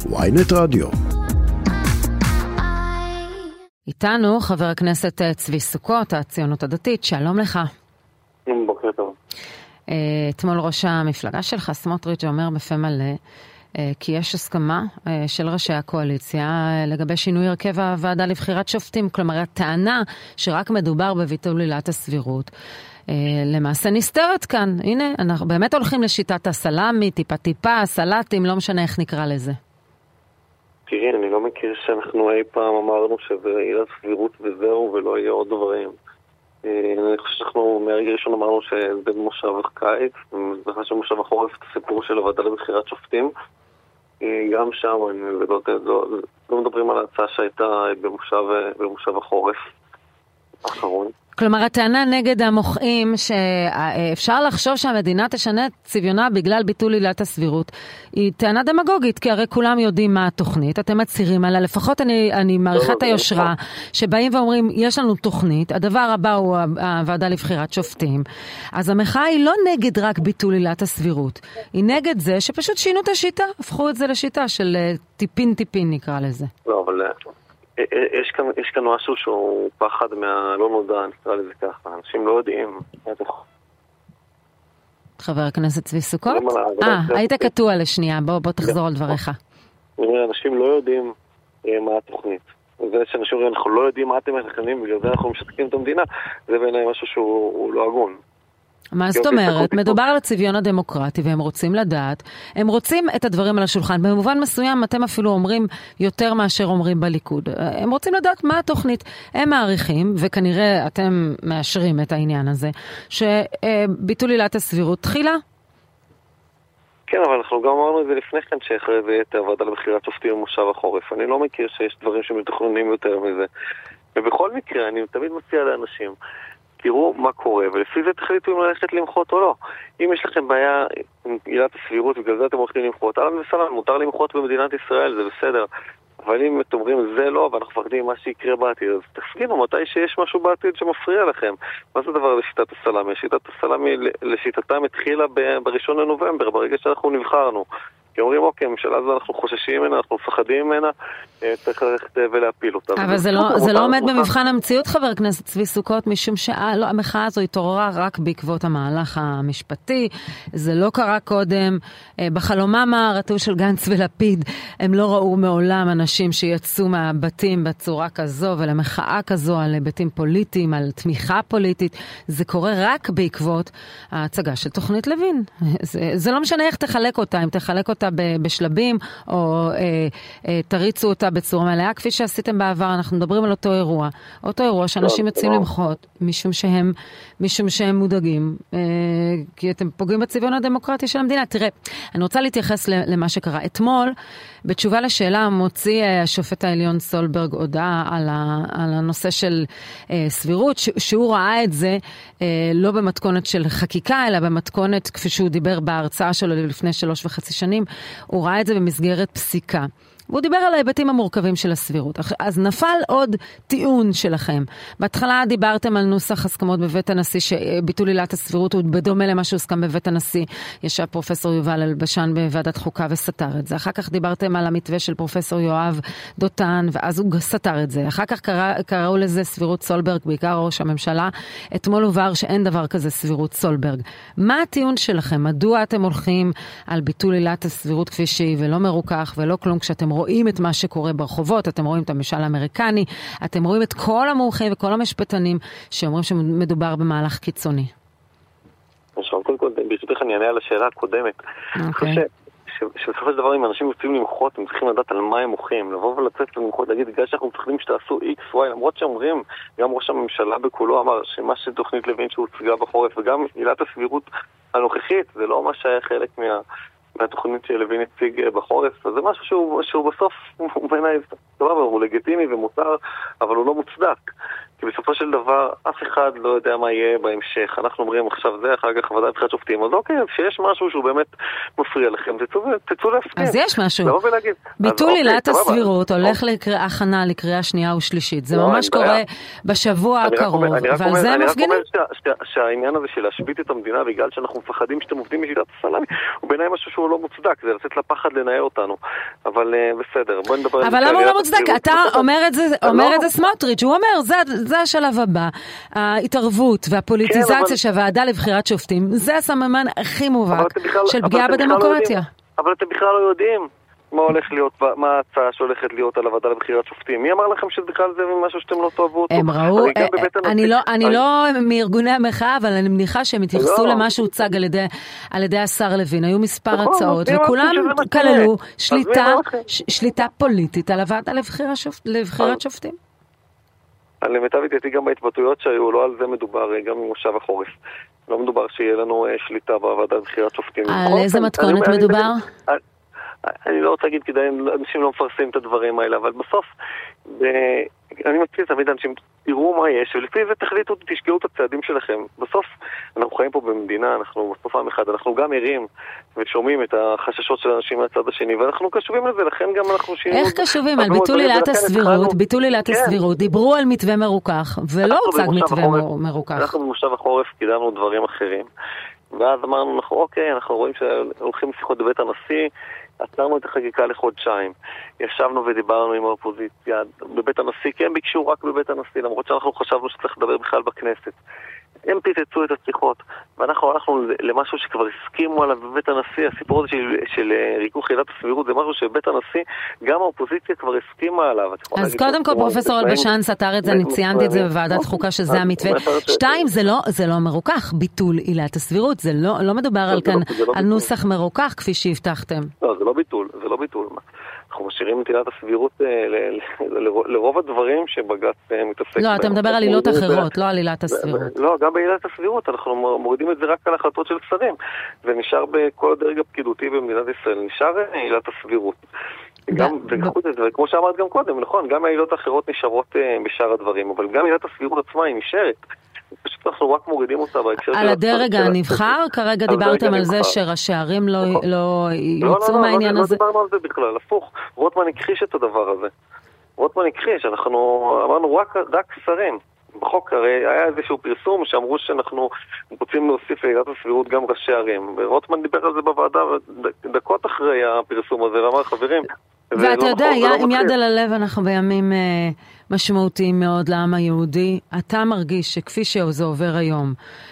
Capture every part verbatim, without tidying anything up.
וויינט רדיו. איתנו חבר הכנסת צבי סוכות, הציונות הדתית, שלום לך. בוקר טוב. אתמול ראש המפלגה שלך, סמוטריץ', אומר בפה מלא, כי יש הסכמה של ראשי הקואליציה לגבי שינוי הרכב הוועדה לבחירת שופטים, כלומר הטענה שרק מדובר בביטול עילת הסבירות. למעשה נסתרת כאן. הנה, אנחנו באמת הולכים לשיטת הסלאמי, טיפה טיפה, סלטים, לא משנה איך נקרא לזה. תראי, אני לא מכיר שאנחנו אי פעם אמרנו שזה עילת סבירות וזהו ולא יהיה עוד דברים. אני חושב שאנחנו מהרגע ראשון אמרנו שזה במושב הקיץ, ובכלל שמושב החורף את הסיפור של הוועדה לבחירת שופטים. גם שם אני לא, לא, לא מדברים על ההצעה שהייתה במושב, במושב החורף האחרון. כלומר, הטענה נגד המוחים שאפשר לחשוב שהמדינה תשנה את צביונה בגלל ביטול עילת הסבירות, היא טענה דמגוגית, כי הרי כולם יודעים מה התוכנית, אתם מצהירים עליה, לפחות אני, אני מעריכה את היושרה, שבאים ואומרים, יש לנו תוכנית, הדבר הבא הוא הוועדה לבחירת שופטים, אז המחאה היא לא נגד רק ביטול עילת הסבירות, היא נגד זה שפשוט שינו את השיטה, הפכו את זה לשיטה של טיפין טיפין נקרא לזה. לא, אבל... יש כאן, יש כאן משהו שהוא פחד מהלא נודע, נקרא לזה ככה. אנשים לא יודעים. חבר הכנסת צבי סוכות? אה, היית קטוע לשנייה. בוא, בוא תחזור על דבריך. אנשים לא יודעים מה התוכנית. זה שאנשים אומרים, אנחנו לא יודעים מה אתם מתכננים, בגלל זה אנחנו משתקים את המדינה. זה בעיניי משהו שהוא לא הגון. מה זאת אומרת? מדובר על הצביון הדמוקרטי והם רוצים לדעת, הם רוצים את הדברים על השולחן. במובן מסוים אתם אפילו אומרים יותר מאשר אומרים בליכוד. הם רוצים לדעת מה התוכנית. הם מעריכים, וכנראה אתם מאשרים את העניין הזה, שביטול עילת הסבירות תחילה. כן, אבל אנחנו גם אמרנו את זה לפני כן, שאחרי זה את הוועדה לבחירת שופטים במושב החורף. אני לא מכיר שיש דברים שמתוכננים יותר מזה. ובכל מקרה, אני תמיד מציע לאנשים, תראו מה קורה, ולפי זה תחליטו אם ללכת למחות או לא. אם יש לכם בעיה עם עילת הסבירות, ובגלל זה אתם הולכים למחות, אהלן וסלאם, מותר למחות במדינת ישראל, זה בסדר. אבל אם אתם אומרים, זה לא, ואנחנו מפחדים מה שיקרה בעתיד, אז תפגינו מתי שיש משהו בעתיד שמפריע לכם. מה זה דבר לשיטת הסלאמי? שיטת הסלאמי לשיטתם התחילה בראשון לנובמבר, ברגע שאנחנו נבחרנו. כי אומרים, אוקיי, הממשלה הזו אנחנו חוששים ממנה, אנחנו מפחדים ממנה, צריך ללכת ולהפיל אותה. אבל זה לא, זה לא עומד במבחן המציאות, חבר הכנסת צבי סוכות, משום שהמחאה הזו התעוררה רק בעקבות המהלך המשפטי, זה לא קרה קודם, בחלומם הרטוב של גנץ ולפיד, הם לא ראו מעולם אנשים שיצאו מהבתים בצורה כזו, ולמחאה כזו על היבטים פוליטיים, על תמיכה פוליטית, זה קורה רק בעקבות ההצגה של תוכנית לוין. זה, זה לא משנה איך תחלק אותה, אם תחלק אותה בשלבים, או אה, אה, תריצו אותה בצורה מלאה, כפי שעשיתם בעבר. אנחנו מדברים על אותו אירוע. אותו אירוע שאנשים יוצאים למחות, משום שהם, משום שהם מודאגים, אה, כי אתם פוגעים בצביון הדמוקרטי של המדינה. תראה, אני רוצה להתייחס למה שקרה. אתמול, בתשובה לשאלה, מוציא השופט העליון סולברג הודעה על, ה, על הנושא של אה, סבירות, ש, שהוא ראה את זה אה, לא במתכונת של חקיקה, אלא במתכונת, כפי שהוא דיבר בהרצאה שלו לפני שלוש וחצי שנים, הוא ראה את זה במסגרת פסיקה. והוא דיבר על ההיבטים המורכבים של הסבירות. אז נפל עוד טיעון שלכם. בהתחלה דיברתם על נוסח הסכמות בבית הנשיא, שביטול עילת הסבירות הוא בדומה למה שהוסכם בבית הנשיא. ישב פרופסור יובל אלבשן בוועדת חוקה וסתר את זה. אחר כך דיברתם על המתווה של פרופסור יואב דותן, ואז הוא סתר את זה. אחר כך קרא, קראו לזה סבירות סולברג, בעיקר ראש הממשלה. אתמול הובהר שאין דבר כזה סבירות סולברג. מה הטיעון שלכם? מדוע אתם הולכים על ביטול עילת הסבירות כפי שהיא, ולא מרוכך ולא כלום, כשאתם רואים את מה שקורה ברחובות, אתם רואים את הממשל האמריקני, אתם רואים את כל המומחים וכל המשפטנים שאומרים שמדובר במהלך קיצוני. עכשיו, קודם כל, ברשותך אני אענה על השאלה הקודמת. אוקיי. שבסופו של דבר, אם אנשים יוצאים למחות, הם צריכים לדעת על מה הם מוחים. לבוא ולצאת למחות, להגיד, בגלל שאנחנו צריכים שתעשו X, Y, למרות שאומרים, גם ראש הממשלה בכולו אמר, שמה שתוכנית לוין שהוצגה בחורף, וגם עילת הסבירות הנוכחית, זה לא מה שהיה חלק מה... מהתוכנית שלוין הציג בחורף, אז זה משהו שהוא, שהוא בסוף, הוא בעיניי, הוא לגיטימי ומותר, אבל הוא לא מוצדק. כי בסופו של דבר, אף אחד לא יודע מה יהיה בהמשך. אנחנו אומרים עכשיו זה, אחר כך ועדה לבחירת שופטים. אז אוקיי, שיש משהו שהוא באמת מפריע לכם, תצאו להפגין. אז יש משהו. ביטול עילת הסבירות הולך להכנה לקריאה שנייה ושלישית. זה ממש קורה בשבוע הקרוב, ועל זה הם מפגינים. אני רק אומר שהעניין הזה של להשבית את המדינה בגלל שאנחנו מפחדים שאתם עובדים בשיטת הסלאמי, הוא בעיניי משהו שהוא לא מוצדק, זה לצאת לפחד לנער אותנו. אבל בסדר, בואי נדבר... אבל למה הוא לא מוצדק? אתה אומר את זה סמוטריץ', הוא אומר, זה השלב הבא, ההתערבות והפוליטיזציה של הוועדה לבחירת שופטים, זה הסממן הכי מובהק של פגיעה בדמוקרטיה. אבל אתם בכלל לא יודעים מה הולך להיות, מה ההצעה שהולכת להיות על הוועדה לבחירת שופטים. מי אמר לכם שבכלל זה משהו שאתם לא תאהבו אותו? הם ראו, אני לא, אני לא מארגוני המחאה, אבל אני מניחה שהם התייחסו למה שהוצג על ידי השר לוין. היו מספר הצעות, וכולם כללו שליטה פוליטית על הוועדה לבחירת שופטים. למיטב ידיעתי גם בהתבטאויות שהיו, לא על זה מדובר, גם ממושב החורף. לא מדובר שיהיה לנו שליטה בוועדה לבחירת שופטים. על איזה מתכונת מדובר? אני לא רוצה להגיד כדאי, אנשים לא מפרסמים את הדברים האלה, אבל בסוף, אני מציע תמיד אנשים, תראו מה יש, ולפי זה תחליטו, תשגעו את הצעדים שלכם. בסוף, אנחנו חיים פה במדינה, אנחנו בסוף עם אחד, אנחנו גם ערים ושומעים את החששות של אנשים מהצד השני, ואנחנו קשובים לזה, לכן גם אנחנו שינינו... איך קשובים? על ביטול עילת הסבירות, ביטול עילת הסבירות, דיברו על מתווה מרוכך, ולא הוצג מתווה מרוכך. אנחנו במושב החורף קידמנו דברים אחרים, ואז אמרנו, אוקיי, אנחנו רואים שהולכים לשיחות בבית הנשיא, עצרנו את החקיקה לחודשיים. ישבנו ודיברנו עם האופוזיציה בבית הנשיא, כי הם ביקשו רק בבית הנשיא, למרות שאנחנו חשבנו שצריך לדבר בכלל בכנסת. הם פיצצו את השיחות, ואנחנו הלכנו למשהו שכבר הסכימו עליו בבית הנשיא. הסיפור הזה של, של ריכוך עילת הסבירות זה משהו שבית הנשיא, גם האופוזיציה כבר הסכימה עליו. אז קודם כל פרופסור אלבשן סתר את זה, אני ציינתי את זה בוועדת חוקה שזה המתווה. שתיים, זה לא, זה לא מרוכך, ביטול עילת הסבירות, זה לא, לא מדובר על כאן, על נוסח מרוכך כפי שהבטחתם. לא, זה לא ביטול, זה לא ביטול. אנחנו משאירים את עילת הסבירות לרוב הדברים שבג"ץ מתעסק. לא, אתה מדבר על עילות אחרות, לא על עילת הסבירות. לא, גם בעילת הסבירות, אנחנו מורידים את זה רק על החלטות של שרים, ונשאר בכל הדרג הפקידותי במדינת ישראל, נשאר עילת הסבירות. וכמו שאמרת גם קודם, נכון, גם העילות האחרות נשארות בשאר הדברים, אבל גם עילת הסבירות עצמה היא נשארת. פשוט אנחנו רק מורידים אותה בהקשר על הדרג הנבחר, כרגע דיברתם על זה שראשי ערים לא יוצאו מהעניין הזה. לא דיברנו על זה בכלל, הפוך. רוטמן הכחיש את הדבר הזה. רוטמן הכחיש, אנחנו אמרנו רק שרים. בחוק הרי היה איזשהו פרסום שאמרו שאנחנו רוצים להוסיף לעילת הסבירות גם ראשי ערים. ורוטמן דיבר על זה בוועדה דקות אחרי הפרסום הזה, ואמר חברים, ואתה יודע, עם יד על הלב אנחנו בימים משמעותיים מאוד לעם היהודי. אתה מרגיש שכפי שזה עובר היום,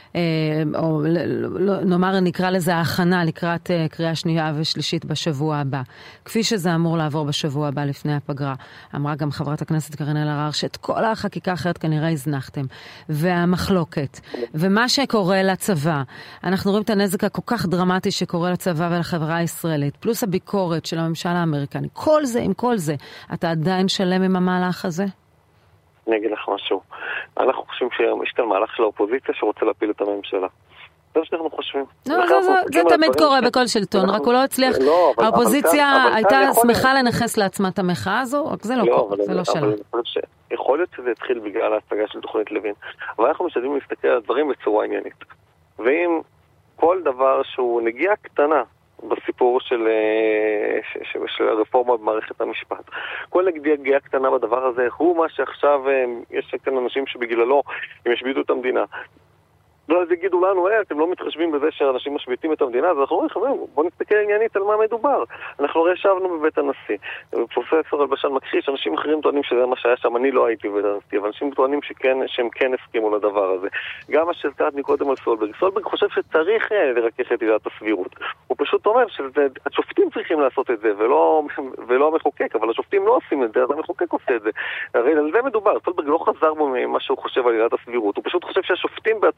או נאמר נקרא לזה ההכנה לקראת קריאה שנייה ושלישית בשבוע הבא, כפי שזה אמור לעבור בשבוע הבא לפני הפגרה, אמרה גם חברת הכנסת קארין אלהרר שאת כל החקיקה אחרת כנראה הזנחתם, והמחלוקת ומה שקורה לצבא, אנחנו רואים את הנזק הכל כך דרמטי שקורה לצבא ולחברה הישראלית, פלוס הביקורת של הממשל האמריקני, כל זה עם כל זה, אתה עדיין שלם עם המהלך הזה? אני אגיד לך משהו. אנחנו חושבים שיש כאן מהלך של האופוזיציה שרוצה להפיל את הממשלה. זה מה שאנחנו חושבים. זה תמיד קורה בכל שלטון, רק הוא לא הצליח. האופוזיציה הייתה שמחה לנכס לעצמה את המחאה הזו, רק זה לא קורה, זה לא שלה. יכול להיות שזה התחיל בגלל ההצגה של תוכנית לוין, אבל אנחנו משתדלים להסתכל על הדברים בצורה עניינית. ואם כל דבר שהוא נגיעה קטנה, בסיפור של, של, של הרפורמה במערכת המשפט. כל נגיעה קטנה בדבר הזה הוא מה שעכשיו יש כאן אנשים שבגללו הם ישביתו את המדינה. לא, אז יגידו לנו, אה, אתם לא מתחשבים בזה שאנשים משביתים את המדינה, אז אנחנו אומרים, חברים, בואו נסתכל עניינית על מה מדובר. אנחנו הרי ישבנו בבית הנשיא, פרופסור אלבשן מכחיש, אנשים אחרים טוענים שזה מה שהיה שם, אני לא הייתי בבית הנשיא, אבל אנשים טוענים שכן, שהם כן הסכימו לדבר הזה. גם מה שהזכרת מקודם על סולברג, סולברג חושב שצריך לרכך את עילת הסבירות. הוא פשוט אומר שהשופטים צריכים לעשות את זה, ולא, ולא המחוקק, אבל השופטים לא עושים את זה, אז המחוקק עושה את זה. הרי על זה מדובר. סולברג לא חזר בו ממה שהוא חושב על עילת הסבירות. הוא פשוט חושב שהשופטים בעצמם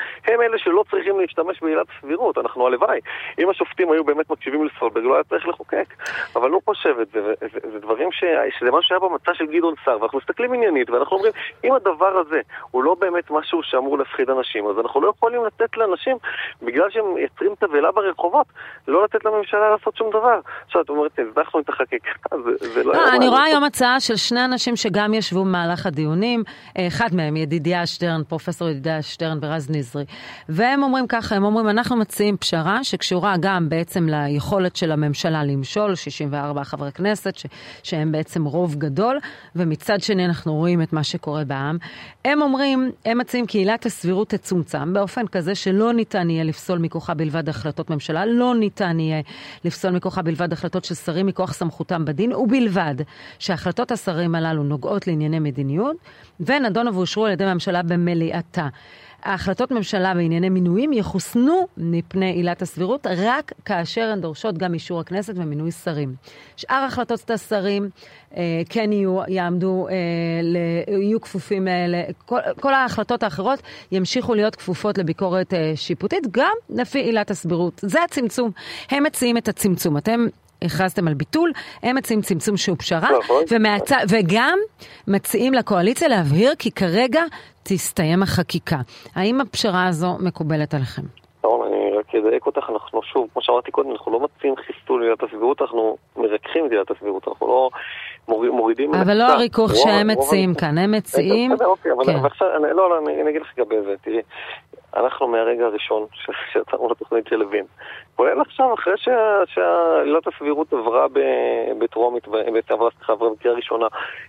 הם אלה שלא צריכים להשתמש בעילת הסבירות. אנחנו הלוואי. אם השופטים היו באמת מקשיבים לסולברג, לא היה צריך לחוקק. אבל לא חושב את זה. זה, זה, זה דברים ש... שזה משהו שהיה במצע של גדעון סער, ואנחנו מסתכלים עניינית, ואנחנו אומרים, אם הדבר הזה הוא לא באמת משהו שאמור להפחיד אנשים, אז אנחנו לא יכולים לתת לאנשים, בגלל שהם יצרים תבלה ברחובות, לא לתת לממשלה לעשות שום דבר. עכשיו, את אומרת, הזנחנו את החקיקה, זה, זה לא... אני רואה היום הצעה של שני אנשים שגם ישבו במהלך הדיונים, אחד מהם, ידידיה שטרן, פרופסור ידידיה שטרן ורז נזרי, והם אומרים ככה, הם אומרים, אנחנו מציעים פשרה שקשורה גם בעצם ליכולת של הממשלה למשול, שישים וארבעה חברי כנסת, ש, שהם בעצם רוב גדול, ומצד שני אנחנו רואים את מה שקורה בעם. הם אומרים, הם מציעים כי עילת הסבירות תצומצם, באופן כזה שלא ניתן יהיה לפסול מכוחה בלבד החלטות ממשלה, לא ניתן יהיה לפסול מכוחה בלבד החלטות של שרים מכוח סמכותם בדין, ובלבד שהחלטות השרים הללו נוגעות לענייני מדיניות, ונדונו ואושרו על ידי הממשלה במליאתה. ההחלטות ממשלה בענייני מינויים יחוסנו מפני עילת הסבירות רק כאשר הן דורשות גם אישור הכנסת ומינוי שרים. שאר החלטות השרים אה, כן יהיו, יעמדו, אה, ל, יהיו כפופים, אה, כל, כל ההחלטות האחרות ימשיכו להיות כפופות לביקורת אה, שיפוטית, גם לפי עילת הסבירות. זה הצמצום. הם מציעים את הצמצום. אתם הכרזתם על ביטול, הם מציעים צמצום שהוא פשרה, ומהצ... וגם מציעים לקואליציה להבהיר כי כרגע תסתיים החקיקה. האם הפשרה הזו מקובלת עליכם? אני רק אדייק אותך, אנחנו שוב, כמו שאמרתי קודם, אנחנו לא מציעים חיסול עילת הסבירות, אנחנו מרככים את עילת הסבירות, אנחנו לא מורידים... אבל לא הריכוך שהם מציעים כאן, הם מציעים... לא, לא, אני אגיד לך לגבי זה, תראי, אנחנו מהרגע הראשון שיצרנו לתוכנית של לוין, פועל עכשיו אחרי שעילת הסבירות עברה בטרומית, עברה בקריאה ראשונה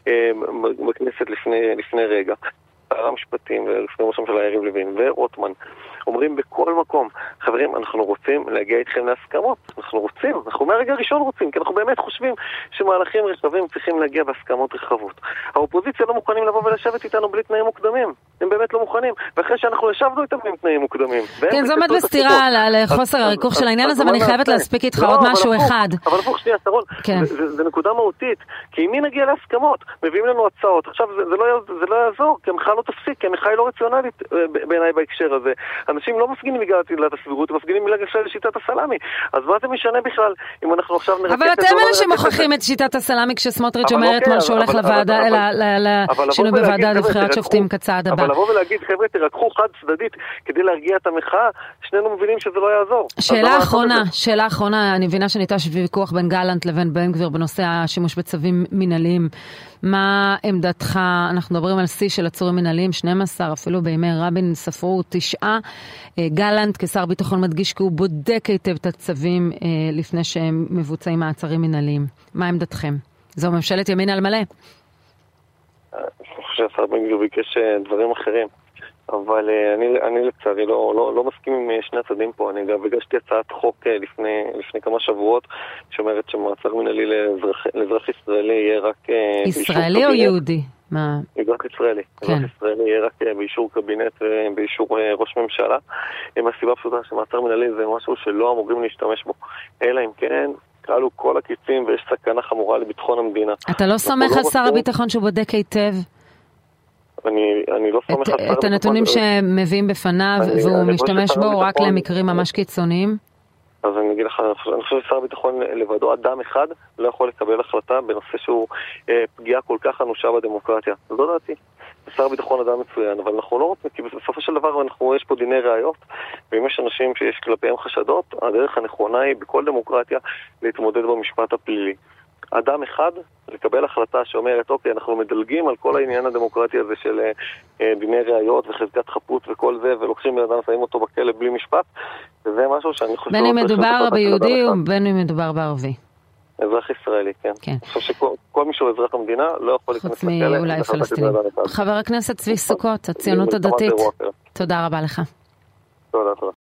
בכנסת לפני רגע. שר המשפטים ולפני ראש הממשלה יריב לוין ורוטמן אומרים בכל מקום, חברים, אנחנו רוצים להגיע איתכם להסכמות, אנחנו רוצים, אנחנו מהרגע הראשון רוצים, כי אנחנו באמת חושבים שמהלכים רחבים צריכים להגיע בהסכמות רחבות. האופוזיציה לא מוכנים לבוא ולשבת איתנו בלי תנאים מוקדמים, הם באמת לא מוכנים, ואחרי שאנחנו ישבנו איתם עם תנאים מוקדמים. כן, זו עומד בסתירה לחוסר הריכוך של העניין הזה, ואני חייבת להספיק איתך עוד משהו אחד. אבל הפוך, שנייה, שרון, זה נקודה מהותית, כי אם מי נגיע להסכמות, מביאים לנו הצעות, עכשיו זה לא יעזור, כי המחאה לא תפסיק, כי המחאה היא לא רציונלית בעיניי בהקשר הזה. אנשים לא מפגינים בגלל עילת הסבירות, מפגינים בגלל שיטת הסלאמי. אז מה זה משנה בכלל אם אנחנו עכשיו נרקד... אבל אתם אלה שמוכחים את שיטת הסלאמי כשסמוטריץ' אומר אתמול שהולך לוועדה, לשינוי בוועדה לבחירת שופטים כצעד הבא. אבל לבוא ולהגיד, חבר'ה, תרקחו חד צדדית כדי להרגיע את המחאה, שנינו מבינים שזה לא יעזור. שאלה אחרונה, שאלה אחרונה, אני מבינה שניטש ויכוח בין גלנט לבין בן גביר בנושא השימוש בצווים מנהליים. מה עמדתך? אנחנו מדברים על שיא של עצורים מנהליים, שנים עשר, אפילו בימי רבין ספרו תשעה. גלנט כשר ביטחון מדגיש כי הוא בודק היטב את הצווים לפני שהם מבוצעים מעצרים מנהליים. מה עמדתכם? זו ממשלת ימין על מלא. אני חושב שהשר בן גביר ביקש דברים אחרים. אבל אני, אני לצערי לא, לא, לא מסכים עם שני הצדדים פה. אני גם הגשתי הצעת חוק לפני, לפני כמה שבועות שאומרת שמעצר מנהלי לאזרח, לאזרח ישראלי יהיה רק... ישראלי או יהודי? מה? אזרח ישראלי. כן. אזרח ישראלי יהיה רק באישור קבינט ובאישור ראש ממשלה. עם הסיבה פשוטה שמעצר מנהלי זה משהו שלא אמורים להשתמש בו. אלא אם כן... קהלו כל הקיצים ויש סכנה חמורה לביטחון המדינה. אתה לא סומך על שר הביטחון שהוא בודק היטב? אני, אני לא סומך על שר את הנתונים שמביאים בפניו והוא משתמש בו רק למקרים ממש קיצוניים? אז אני אגיד לך, אני חושב ששר הביטחון לבדו אדם אחד לא יכול לקבל החלטה בנושא שהוא אה, פגיעה כל כך אנושה בדמוקרטיה. זו דעתי. שר הביטחון אדם מצוין, אבל אנחנו לא רוצים, כי בסופו של דבר אנחנו, יש פה דיני ראיות, ואם יש אנשים שיש כלפיהם חשדות, הדרך הנכונה היא בכל דמוקרטיה להתמודד במשפט הפלילי. אדם אחד לקבל החלטה שאומרת, אוקיי, אנחנו מדלגים על כל העניין הדמוקרטי הזה של אה, דיני ראיות וחזקת חפות וכל זה, ולוקחים בן אדם, שמים אותו בכלא בלי משפט, וזה משהו שאני חושב... בין אם מדובר ביהודי ובין אם מדובר בערבי. אזרח ישראלי, כן. כן. אני חושב שכל מי שהוא אזרח המדינה לא יכול להיכנס לכלא. חוץ מאולי פלסטינים. חבר הכנסת צבי סוכות, הציונות הדתית. תודה רבה לך. תודה, תודה.